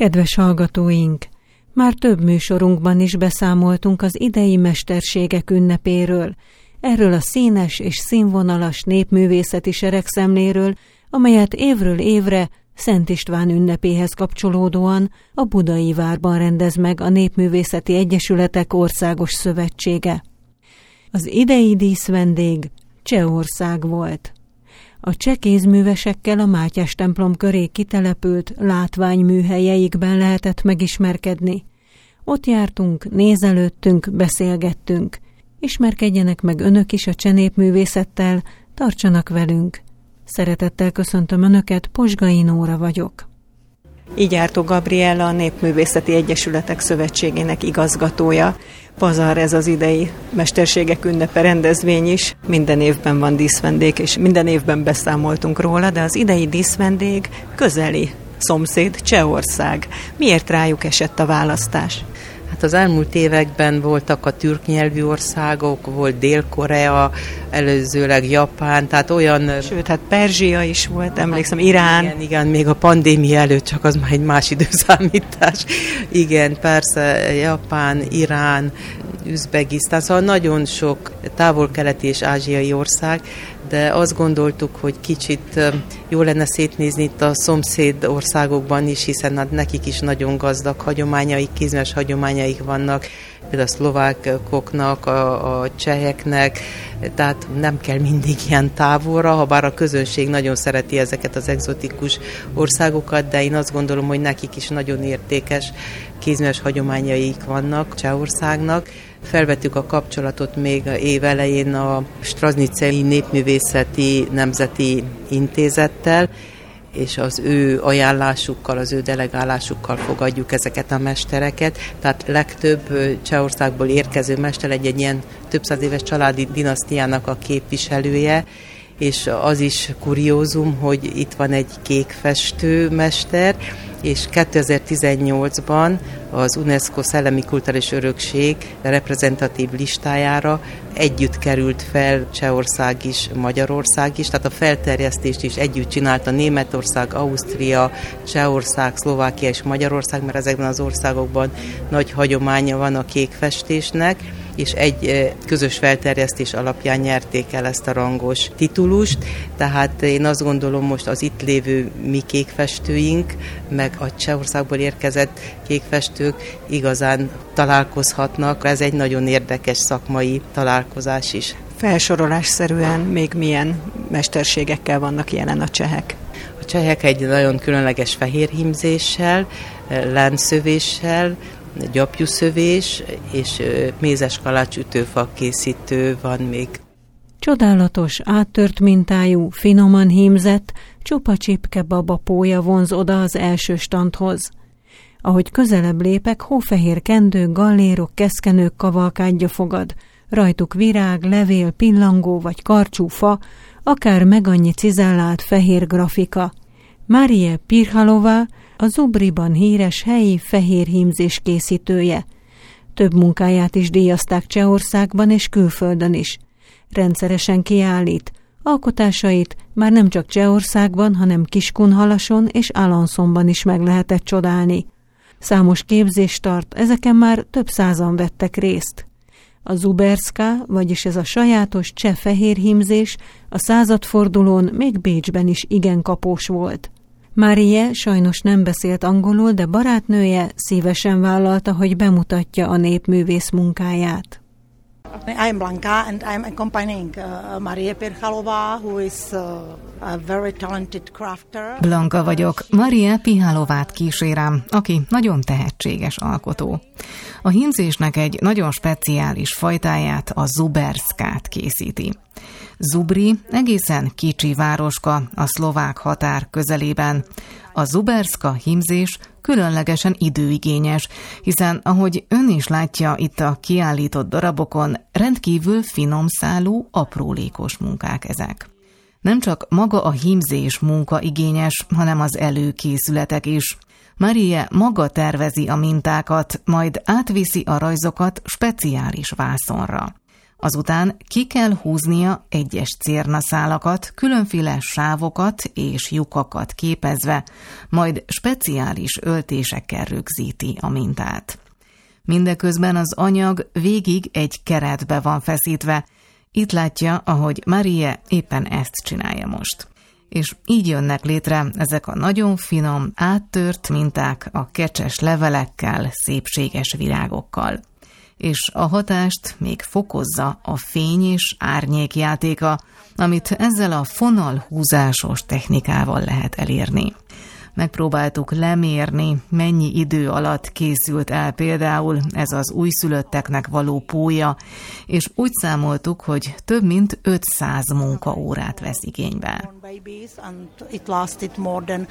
Kedves hallgatóink! Már több műsorunkban is beszámoltunk az idei mesterségek ünnepéről, erről a színes és színvonalas népművészeti seregszemléről, amelyet évről évre Szent István ünnepéhez kapcsolódóan a Budai Várban rendez meg a Népművészeti Egyesületek Országos Szövetsége. Az idei díszvendég Csehország volt. A cseh kézművesekkel a Mátyás templom köré kitelepült látványműhelyeikben lehetett megismerkedni. Ott jártunk, nézelődtünk, beszélgettünk. Ismerkedjenek meg önök is a cseh népművészettel, tartsanak velünk. Szeretettel köszöntöm önöket, Posgai Nóra vagyok. Igyártó Gabriella, a Népművészeti Egyesületek Szövetségének igazgatója. Pazar ez az idei mesterségek ünnepe rendezvény is. Minden évben van díszvendég, és minden évben beszámoltunk róla, de az idei díszvendég közeli szomszéd, Csehország. Miért rájuk esett a választás? Hát az elmúlt években voltak a türk nyelvű országok, volt Dél-Korea, előzőleg Japán, tehát olyan... Sőt, hát Perzsia is volt, emlékszem, Irán. Igen, még a pandémia előtt, csak az már egy más időszámítás. Igen, persze, Japán, Irán, Üzbegisztán, szóval nagyon sok távol-keleti és ázsiai ország, de azt gondoltuk, hogy kicsit jó lenne szétnézni itt a szomszéd országokban is, hiszen nekik is nagyon gazdag hagyományaik, kézműves hagyományaik vannak, például a szlovákoknak, a cseheknek, tehát nem kell mindig ilyen távolra, ha bár a közönség nagyon szereti ezeket az egzotikus országokat, de én azt gondolom, hogy nekik is nagyon értékes kézműves hagyományaik vannak Csehországnak. Felvettük a kapcsolatot még év elején a Strasznicei Népművészeti Nemzeti Intézettel, és az ő ajánlásukkal, az ő delegálásukkal fogadjuk ezeket a mestereket. Tehát legtöbb Csehországból érkező mester egy ilyen több száz éves családi dinasztiának a képviselője, és az is kuriózum, hogy itt van egy kékfestő mester, és 2018-ban az UNESCO Szellemi Kulturális Örökség reprezentatív listájára együtt került fel Csehország is, Magyarország is, tehát a felterjesztést is együtt csinálta Németország, Ausztria, Csehország, Szlovákia és Magyarország, mert ezekben az országokban nagy hagyománya van a kékfestésnek, és egy közös felterjesztés alapján nyerték el ezt a rangos titulust, tehát én azt gondolom, most az itt lévő mi kékfestőink, meg a Csehországból érkezett kékfestők igazán találkozhatnak. Ez egy nagyon érdekes szakmai találkozás is. Felsorolásszerűen még milyen mesterségekkel vannak jelen a csehek? A csehek egy nagyon különleges fehérhímzéssel, láncszövéssel, gyapjúszövés és mézes kalácsütőfa készítő van még. Csodálatos, áttört mintájú, finoman hímzett, csupa csipke babapója vonz oda az első standhoz. Ahogy közelebb lépek, hófehér kendők, gallérok, keszkenők kavalkádja fogad, rajtuk virág, levél, pillangó vagy karcsú fa, akár megannyi cizellált fehér grafika. Marie Pirhalova, a Zubriban híres helyi fehérhímzés készítője. Több munkáját is díjazták Csehországban és külföldön is. Rendszeresen kiállít. Alkotásait már nem csak Csehországban, hanem Kiskunhalason és Alanszonban is meg lehetett csodálni. Számos képzést tart, ezeken már több százan vettek részt. A Zuberska, vagyis ez a sajátos cseh fehérhímzés a századfordulón még Bécsben is igen kapós volt. Marie sajnos nem beszélt angolul, de barátnője szívesen vállalta, hogy bemutatja a népművész munkáját. I am Blanca and I am accompanying Marie Pirhalova, who is a very talented crafter. Blanca vagyok, Marie Pirhalovát kísérem, aki nagyon tehetséges alkotó. A hímzésnek egy nagyon speciális fajtáját, a Zuberskát készíti. Zubri egészen kicsi városka a szlovák határ közelében. A Zuberska hímzés különlegesen időigényes, hiszen ahogy ön is látja itt a kiállított darabokon, rendkívül finom szálú, aprólékos munkák ezek. Nem csak maga a hímzés munka igényes, hanem az előkészületek is. Marie maga tervezi a mintákat, majd átviszi a rajzokat speciális vászonra. Azután ki kell húznia egyes cérnaszálakat, különféle sávokat és lyukakat képezve, majd speciális öltésekkel rögzíti a mintát. Mindeközben az anyag végig egy keretbe van feszítve. Itt látja, ahogy Marie éppen ezt csinálja most. És így jönnek létre ezek a nagyon finom, áttört minták a kecses levelekkel, szépséges virágokkal. És a hatást még fokozza a fény és árnyék játéka, amit ezzel a fonalhúzásos technikával lehet elérni. Megpróbáltuk lemérni, mennyi idő alatt készült el például ez az újszülötteknek való pólya, és úgy számoltuk, hogy több mint 500 munkaórát vesz igénybe. It lasted more than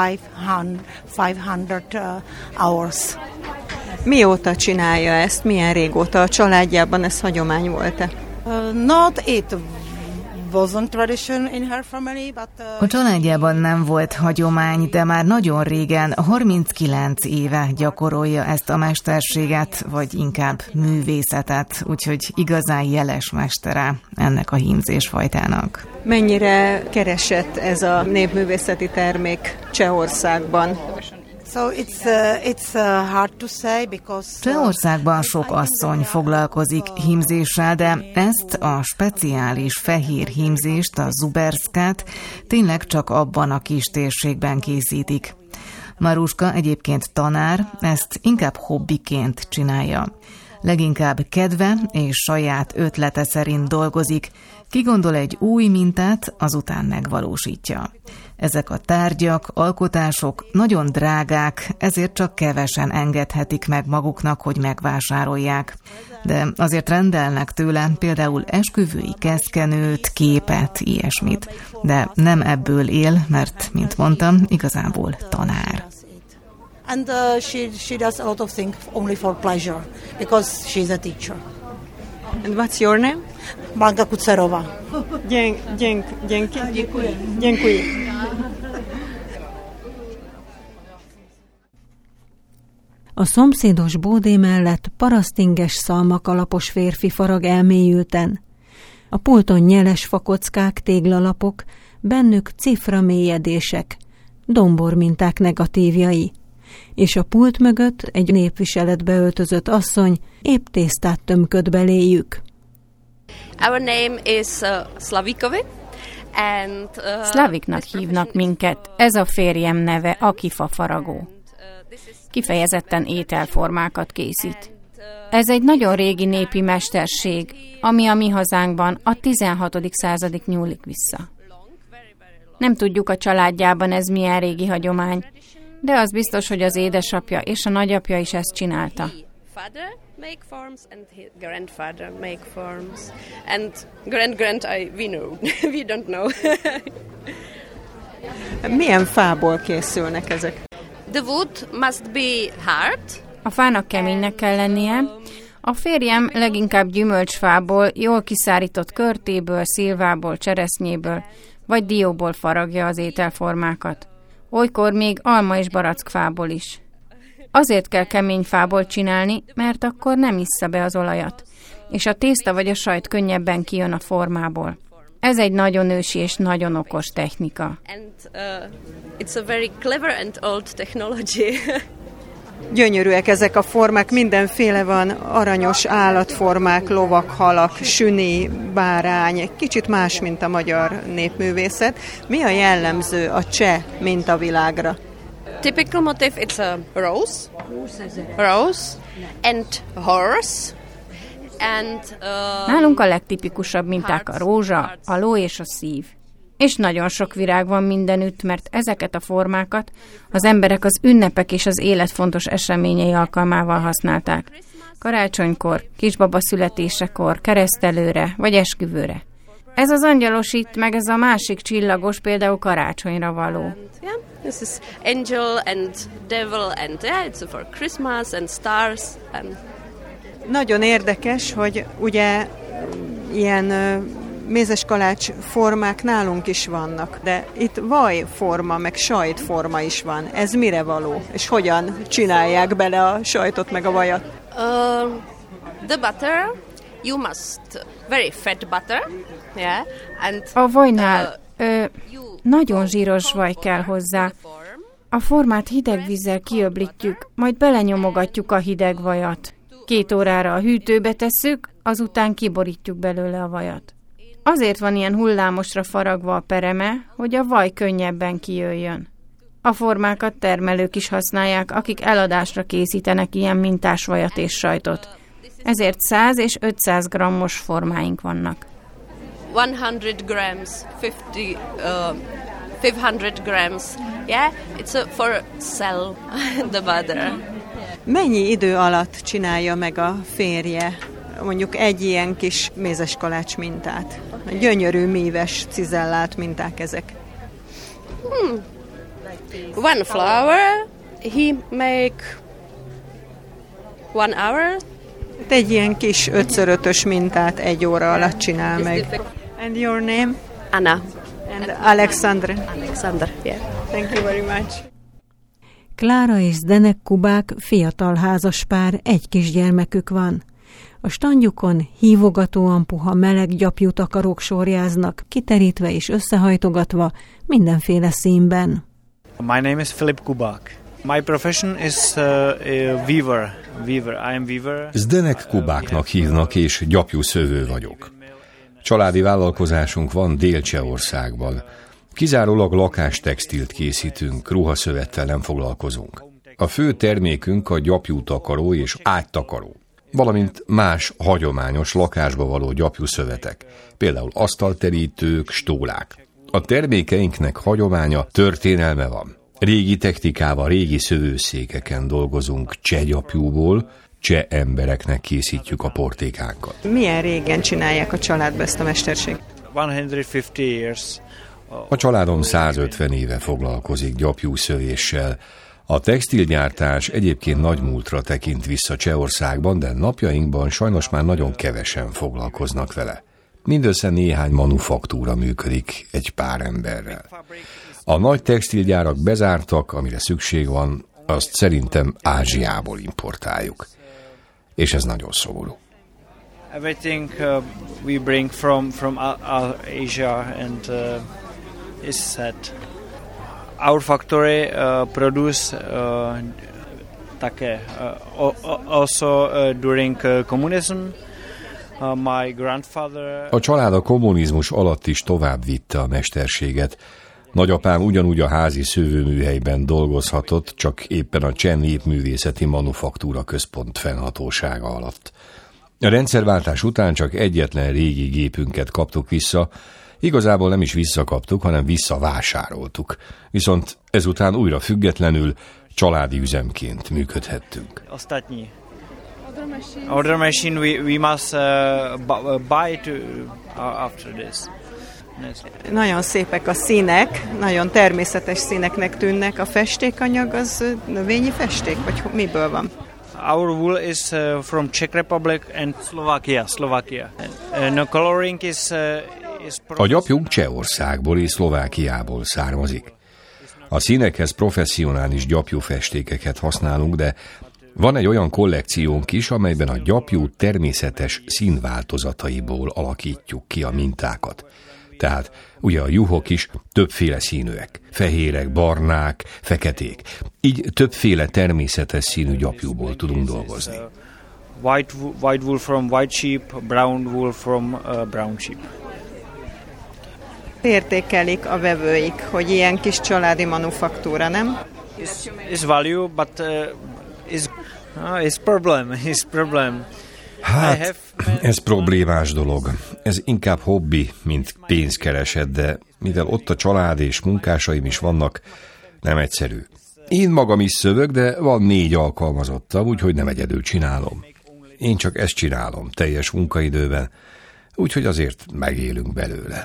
500 hours. Mióta csinálja ezt? Milyen régóta? A családjában ez hagyomány volt-e? Not it wasn't tradition in her family, but a családjában nem volt hagyomány, de már nagyon régen, 39 éve gyakorolja ezt a mesterséget, vagy inkább művészetet, úgyhogy igazán jeles mestere ennek a hímzésfajtának. Mennyire keresett ez a népművészeti termék Csehországban? So it's hard to say because Csehországban sok asszony foglalkozik hímzéssel, de ezt a speciális fehér hímzést, a zuberszkát tényleg csak abban a kis térségben készítik. Maruska egyébként tanár, ezt inkább hobbiként csinálja. Leginkább kedve és saját ötlete szerint dolgozik, kigondol egy új mintát, azután megvalósítja. Ezek a tárgyak, alkotások nagyon drágák, ezért csak kevesen engedhetik meg maguknak, hogy megvásárolják. De azért rendelnek tőle például esküvői keszkenőt, képet, ilyesmit. De nem ebből él, mert, mint mondtam, igazából tanár. And she does a lot of things only for pleasure because she's a teacher. And what's your name? Blanka Kucerova. Dziękuję. A szomszédos bódé mellett parasztinges szalmakalapos férfi farag elmélyülten. A pulton nyeles fakockák, téglalapok, bennük ciframélyedések, domborminták negatívjai. És a pult mögött egy népviseletbe öltözött asszony épp tésztát tömköd beléjük. Our name is Slavikovi. Slaviknak hívnak minket, ez a férjem neve, aki fafaragó. Kifejezetten ételformákat készít. Ez egy nagyon régi népi mesterség, ami a mi hazánkban a 16. századig nyúlik vissza. Nem tudjuk a családjában ez milyen régi hagyomány, de az biztos, hogy az édesapja és a nagyapja is ezt csinálta. Make forms and his grandfather make forms and grand we know we don't know. Milyen fából készülnek ezek? The wood must be hard. A fának keménynek kell lennie. A férjem leginkább gyümölcsfából, jól kiszárított körtéből, szilvából, cseresznyéből vagy dióból faragja az ételformákat. Olykor még alma és barackfából is. Azért kell kemény fából csinálni, mert akkor nem issza be az olajat, és a tészta vagy a sajt könnyebben kijön a formából. Ez egy nagyon ősi és nagyon okos technika. And it's a very clever and old technology. Gyönyörűek ezek a formák, mindenféle van, aranyos állatformák, lovak, halak, süni, bárány, kicsit más, mint a magyar népművészet. Mi a jellemző a cseh mintavilágra? Typical motif, it's a rose and horse. And, nálunk a legtipikusabb minták a rózsa, a ló és a szív. És nagyon sok virág van mindenütt, mert ezeket a formákat az emberek az ünnepek és az élet fontos eseményei alkalmával használták. Karácsonykor, kisbaba születésekor, keresztelőre vagy esküvőre. Ez az angyalos itt, meg ez a másik csillagos például karácsonyra való. This is angel and devil and it's for Christmas and stars. Nagyon érdekes, hogy ugye ilyen mézeskalács formák nálunk is vannak, de itt vajforma, meg sajtforma is van. Ez mire való? És hogyan csinálják bele a sajtot meg a vajat? The butter you must very fat butter, yeah, and A vajnál nagyon zsíros vaj kell hozzá. A formát hideg vízzel kiöblítjük, majd belenyomogatjuk a hideg vajat. 2 órára a hűtőbe tesszük, azután kiborítjuk belőle a vajat. Azért van ilyen hullámosra faragva a pereme, hogy a vaj könnyebben kijöjjön. A formákat termelők is használják, akik eladásra készítenek ilyen mintás vajat és sajtot. Ezért 100 és 500 grammos formáink vannak. 100 grams, 500 grams, yeah, it's for sell the butter. Mennyi idő alatt csinálja meg a férje mondjuk egy ilyen kis mézeskalács mintát? Gyönyörű, míves, cizellált minták ezek. One flower, he make 1 hour. Egy ilyen kis 5x5-ös mintát 1 óra alatt csinál meg. And your name? Anna. And Alexandra. Alexander, yeah. Thank you very much. Klára és Zdenek Kubák fiatal házaspár, egy kisgyermekük van. A standjukon hívogatóan puha meleg gyapjú takarók sorjáznak, kiterítve és összehajtogatva, mindenféle színben. My name is Filip Kubák. My profession is weaver. I am weaver. Zdenek Kubáknak hívnak, és gyapjúszövő vagyok. Családi vállalkozásunk van Dél-Csehországban. Kizárólag lakástextilt készítünk, ruhaszövettel nem foglalkozunk. A fő termékünk a gyapjútakaró és ágytakaró, valamint más hagyományos lakásba való gyapjúszövetek, például asztalterítők, stólák. A termékeinknek hagyománya, történelme van. Régi technikával, régi szövőszékeken dolgozunk cseh gyapjúból, cseh embereknek készítjük a portékánkat. Milyen régen csinálják a családba ezt a mesterséget? 150 years. A családom 150 éve foglalkozik gyapjúszövéssel. A textilgyártás egyébként nagy múltra tekint vissza Csehországban, de napjainkban sajnos már nagyon kevesen foglalkoznak vele. Mindössze néhány manufaktúra működik egy pár emberrel. A nagy textilgyárak bezártak, amire szükség van, azt szerintem Ázsiából importáljuk. És ez nagyon szomorú. Everything we bring from Asia and is sad. Our factory produce také also during communism. My grandfather. A család a kommunizmus alatt is tovább vitte a mesterséget. Nagyapám ugyanúgy a házi szővőműhelyben dolgozhatott, csak éppen a Cseh Népművészeti Manufaktúra Központ fennhatósága alatt. A rendszerváltás után csak egyetlen régi gépünket kaptuk vissza, igazából nem is visszakaptuk, hanem visszavásároltuk. Viszont ezután újra függetlenül, családi üzemként működhettünk. Ostatní. Other machine we must buy after this. Nagyon szépek a színek, nagyon természetes színeknek tűnnek. A festékanyag az növényi festék, vagy miből van? Our wool is from Czech Republic and Slovakia. No coloring is a gyapjunk Csehországból és Szlovákiából származik. A színekhez professzionális gyapjúfestékeket használunk, de van egy olyan kollekciónk is, amelyben a gyapjú természetes színváltozataiból alakítjuk ki a mintákat. Tehát ugye a juhok is többféle színűek, fehérek, barnák, feketék. Így többféle természetes színű gyapjúból tudunk dolgozni. White wool from white sheep, brown wool from brown sheep. Értékelik a vevőik, hogy ilyen kis családi manufaktúra, nem? Is value, but is problem. Hát, ez problémás dolog. Ez inkább hobbi, mint pénzkereset, de mivel ott a család és munkásaim is vannak, nem egyszerű. Én magam is szövök, de van 4 alkalmazottam, úgyhogy nem egyedül csinálom. Én csak ezt csinálom, teljes munkaidőben, úgyhogy azért megélünk belőle.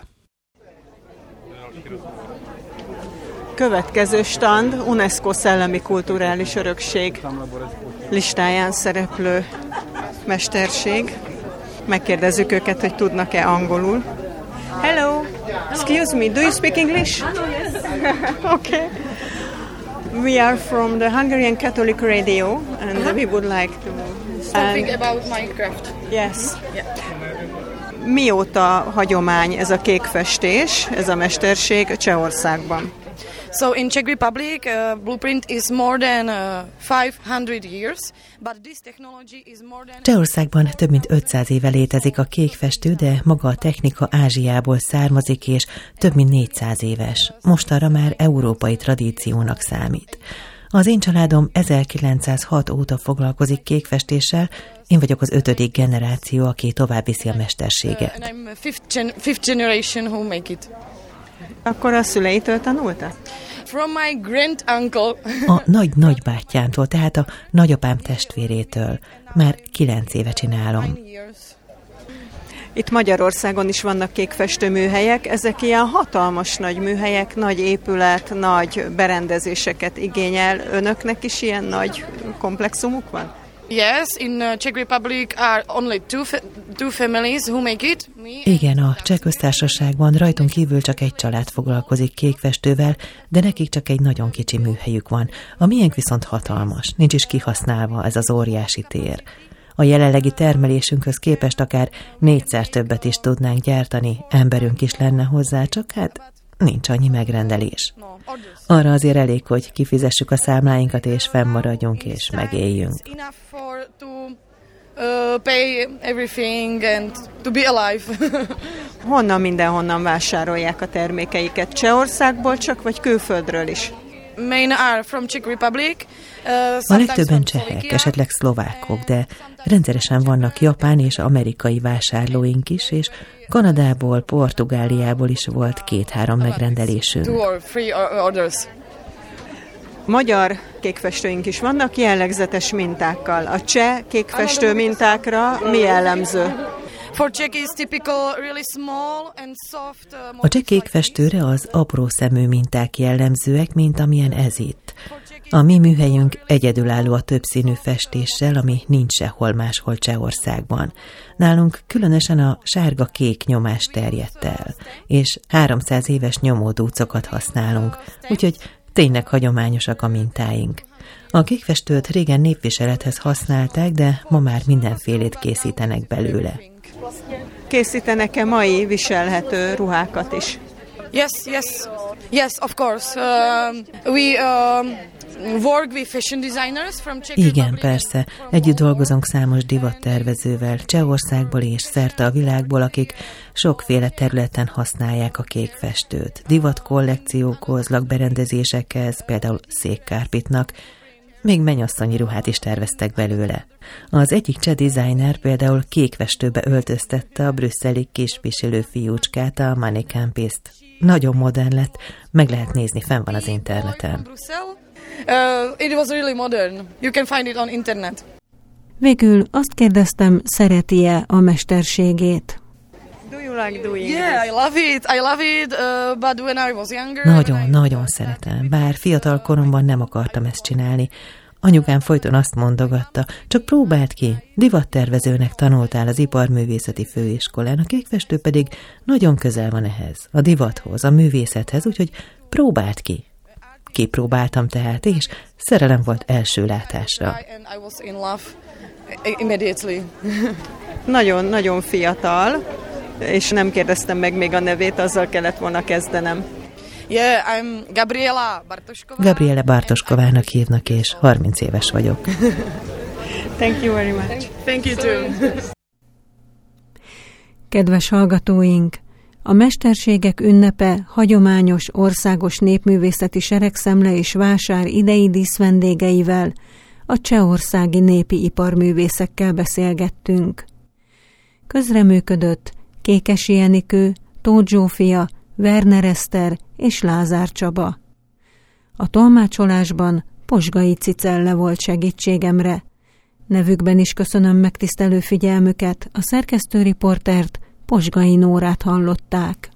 Következő stand UNESCO Szellemi Kulturális Örökség listáján szereplő mesterség. Megkérdezzük őket, hogy tudnak-e angolul. Hello, excuse me, do you speak English? Okay. We are from the Hungarian Catholic Radio and we would like to Something about Minecraft. Yes. Yeah. Mióta hagyomány ez a kékfestés, ez a mesterség Csehországban? So in Czech Republic, blueprint is more than 500 years, but this technology is more than... Csehországban több mint 500 éve létezik a kékfestő, de maga a technika Ázsiából származik, és több mint 400 éves. Mostanra már európai tradíciónak számít. Az én családom 1906 óta foglalkozik kékfestéssel, én vagyok az 5. generáció, aki tovább viszi a mesterséget. And I'm fifth generation who make it. Akkor a szüleitől tanulta? From my grand uncle. A nagybátyámtól, tehát a nagyapám testvérétől. Már 9 éve csinálom. Itt Magyarországon is vannak kékfestő műhelyek, ezek ilyen hatalmas nagy műhelyek, nagy épület, nagy berendezéseket igényel. Önöknek is ilyen nagy komplexumuk van? Yes, in Czech Republic are only two families who make it. Igen, a Cseh Köztársaságban rajtunk kívül csak egy család foglalkozik kékfestővel, de nekik csak egy nagyon kicsi műhelyük van. A miénk viszont hatalmas, nincs is kihasználva ez az óriási tér. A jelenlegi termelésünkhöz képest akár 4-szer többet is tudnánk gyártani, emberünk is lenne hozzá, csak hát nincs annyi megrendelés. Arra azért elég, hogy kifizessük a számláinkat, és fennmaradjunk, és megéljünk. Mindenhonnan vásárolják a termékeiket? Csehországból csak, vagy külföldről is? A legtöbben csehek, esetleg szlovákok, de rendszeresen vannak japán és amerikai vásárlóink is, és Kanadából, Portugáliából is volt 2-3 megrendelésünk. Magyar kékfestőink is vannak jellegzetes mintákkal. A cseh kékfestő mintákra mi jellemző? A cseh kékfestőre az apró szemű minták jellemzőek, mint amilyen ez itt. A mi műhelyünk egyedülálló a többszínű festéssel, ami nincs sehol máshol Csehországban. Nálunk különösen a sárga-kék nyomás terjedt el, és 300 éves nyomódúcokat használunk, úgyhogy tényleg hagyományosak a mintáink. A kékfestőt régen népviselethez használták, de ma már mindenfélét készítenek belőle. Készítenek-e mai viselhető ruhákat is? Yes, of course. We work with fashion designers from Czech Republic. Igen, persze. Együtt dolgozunk számos divattervezővel Csehországból és szerte a világból, akik sokféle területen használják a kékfestőt. Divatkollekciókhoz, lakberendezésekhez, például székkárpitnak, még mennyasszonyi ruhát is terveztek belőle. Az egyik cseh designer például kékfestőbe öltöztette a brüsszeli kispisilő fiúcskát, a Mannequin-t. Nagyon modern lett, meg lehet nézni, fenn van az interneten. It was really modern. You can find it on internet. Végül azt kérdeztem, szereti-e a mesterségét? Do you like doing Yeah, I love it, but when I was younger... Nagyon szeretem, bár fiatal koromban nem akartam ezt csinálni. Anyukám folyton azt mondogatta, csak próbáld ki, divattervezőnek tanultál az Iparművészeti Főiskolán, a kékfestő pedig nagyon közel van ehhez, a divathoz, a művészethez, úgyhogy próbáld ki. Kipróbáltam tehát, és szerelem volt első látásra. Nagyon fiatal, és nem kérdeztem meg még a nevét, azzal kellett volna kezdenem. Yeah, I'm Gabriela Bartoskovának hívnak, és 30 éves vagyok. Thank you very much. Thank you too. Kedves hallgatóink! A mesterségek ünnepe hagyományos országos népművészeti seregszemle és vásár idei díszvendégeivel, a csehországi népi iparművészekkel beszélgettünk. Közreműködött Kékesi Enikő, Tóth Zsófia, Werner Eszter és Lázár Csaba. A tolmácsolásban Posgai Cicelle volt segítségemre. Nevükben is köszönöm megtisztelő figyelmüket, a szerkesztőriportert, Posgai Nórát hallották.